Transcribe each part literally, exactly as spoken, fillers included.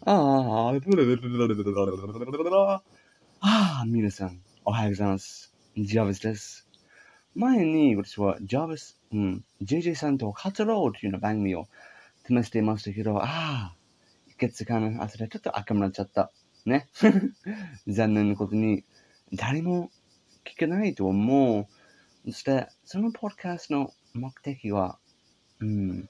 ああ、ああ、皆さん、おはようございます。ジャビスです。前に私はジャビス、うん、ジェイジェイ さんと語ろうというような番組を試していましたけど、ああ、月間朝でちょっと赤くなっちゃった。ね。残念なことに、誰も聞けないと思う。そして、そのポッドキャストの目的は、うん、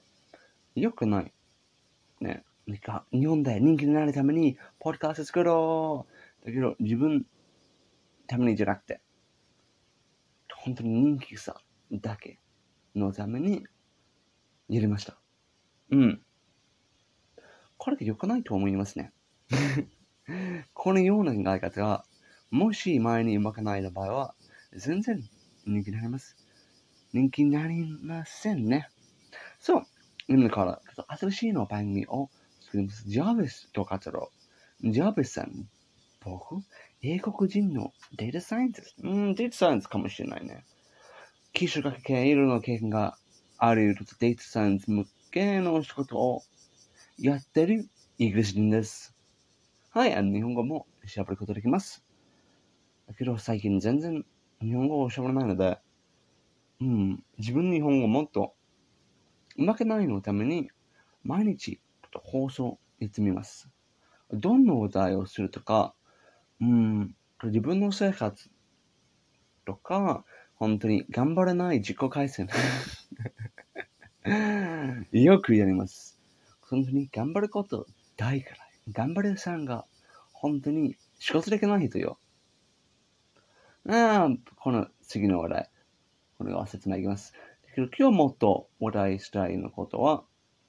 良くない。ね。なんか、日本で人気になるために、ポッドキャスト作ろう。だけど、自分、ためにじゃなくて、本当に人気さだけのために、やりました。うん。これが良くないと思いますね。このような考え方が、もし前にうまくない場合は、全然人気になります。人気になりませんね。そう。今から、新しいの番組を作ります。ジャービスと語ろう。ジャービスさん、僕、英国人のデータサイエンティスト。うん、データサイエンスかもしれないね。基礎学系、いろいろな経験があるデータサイエンス向けの仕事をやってるイギリス人です。はい、あの日本語も喋ることできます。だけど最近全然日本語を喋らないので、うん、自分の日本語もっと上手くないのために毎日放送やってみます。どんなお題をするとか、うん、自分の生活とか、本当に頑張れない自己改善。よくやります。本当に頑張ること大からい。頑張れさんが本当に仕事できない人よ。ああ、この次の話題。これを説明いきます。だけど今日もっと話題したいのことは、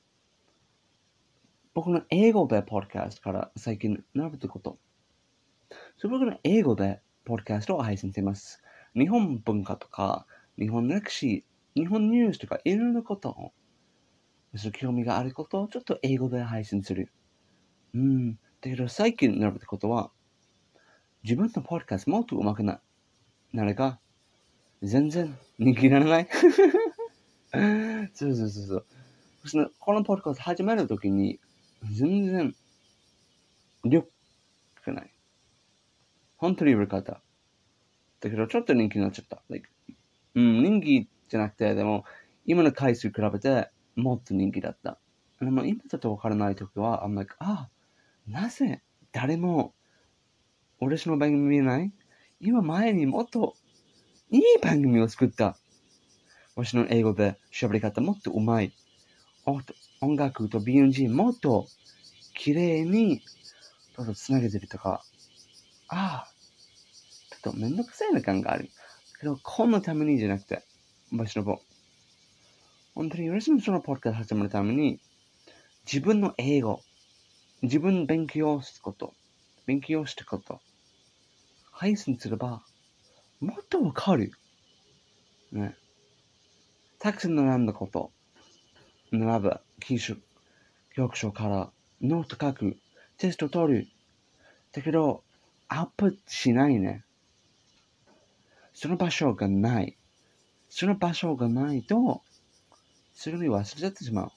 僕の英語でポッドキャストから最近学ぶということ。そう僕の英語でポッドキャストを配信しています。日本文化とか、日本歴史、日本ニュースとかいろんなことを、興味があることをちょっと英語で配信する。うん。だけど最近学ぶことは、自分のポッドキャストもっと上手くな、なるか、全然人気にならない。そうそうそうそう。そのこのポッドキャスト始めるときに、全然、良くない。本当に良かった。だけど、ちょっと人気になっちゃった。Like うん、人気じゃなくて、でも、今の回数比べて、もっと人気だった。でも今だとわからないときは、I'm like, あ、なぜ誰も、俺の番組見ない今前にもっといい番組を作った。私の英語で喋り方もっと上手い。音楽と ビーエヌジー もっと綺麗につなげてるとか、ああ、ちょっとめんどくさいな感がある。けど、このためにじゃなくて、私の方、本当に私のそのポッドキャスト始めるために、自分の英語、自分勉強すること、勉強したこと、配信すれば、もっとわかる。ね。たくさん学んだこと、学ぶ、記述、教科書からノート書く、テスト取る。だけど、アップしないね。その場所がない。その場所がないと、すぐに忘れちゃってしまう。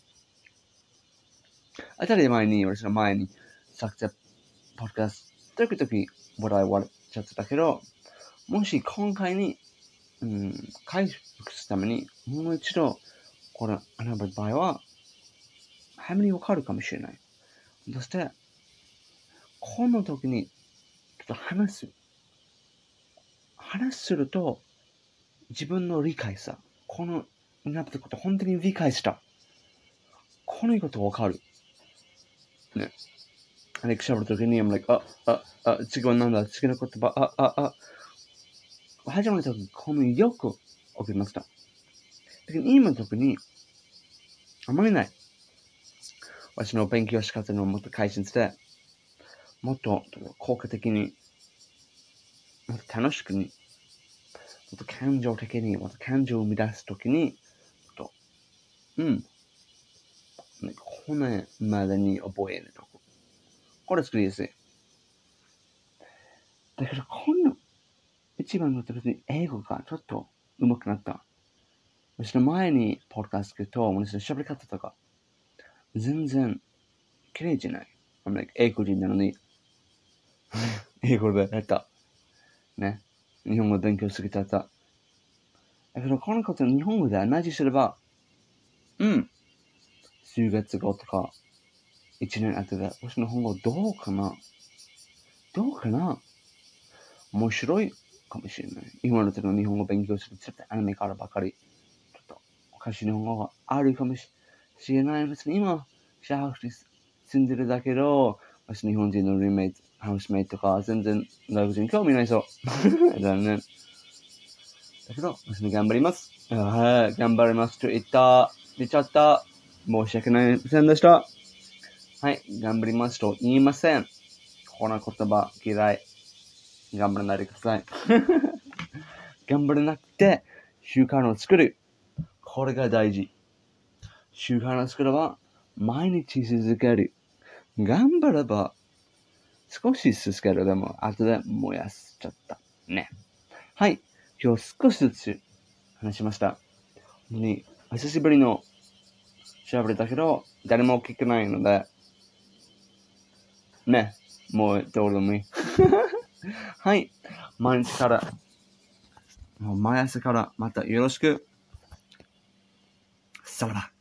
当たり前に、私の前に、作者、ポッドキャスト、時々話題終わっちゃってたけど、もし今回に、うん、回復するために、もう一度、これ学ぶ場合は、早めにわかるかもしれない。そして、この時に、ちょっと話す。話すると、自分の理解さ、この学ぶこと本当に理解した。このことわかる。ね。like 喋るときに、I'm like, あ、あ、あ、次はなんだ、次の言葉、あ、あ、あ。初めのとき、このよく起きました。だけど今のときに、あまりない。私の勉強仕方のもっと改善して、もっと効果的に、もっと楽しくに、もっと感情的に、もっと感情を生み出すときに、もっと、うん。骨までに覚えるとこ。これ作りやすい。だけど、この一番の時に英語がちょっと上手くなった。私の前にポッドキャストと、私の喋り方とか、全然綺麗じゃない。 I'm like, 英語人なのに、英語でやった。ね。日本語勉強しすぎちゃった。だけど、このこと日本語で同じすれば、うん。数月後とか、一年後で、私の日本語どうかなどうかな面白いかもしれない。今の時の日本語勉強するちょっとアニメからばかり、ちょっとおかしい日本語があるかもしれない。別に今、シェアハウスに住んでるだけど、私日本人のルーメイト、ハウスメイトとか全然外国人に興味ないそう。だね。だけど、私も頑張ります。はい、頑張りますと言った、出ちゃった。申し訳ないませんでした。はい、頑張りますと言いません。この言葉嫌い。頑張らないでください。頑張らなくて習慣を作る。これが大事。習慣を作れば毎日続ける。頑張れば少し続けるでも後で燃やしちゃった。ね。はい。今日少しずつ話しました。本当に久しぶりの調べだけど誰も聞けないのでね。もうどうでもいい。はい。毎日から、もう毎朝からまたよろしく。さらば。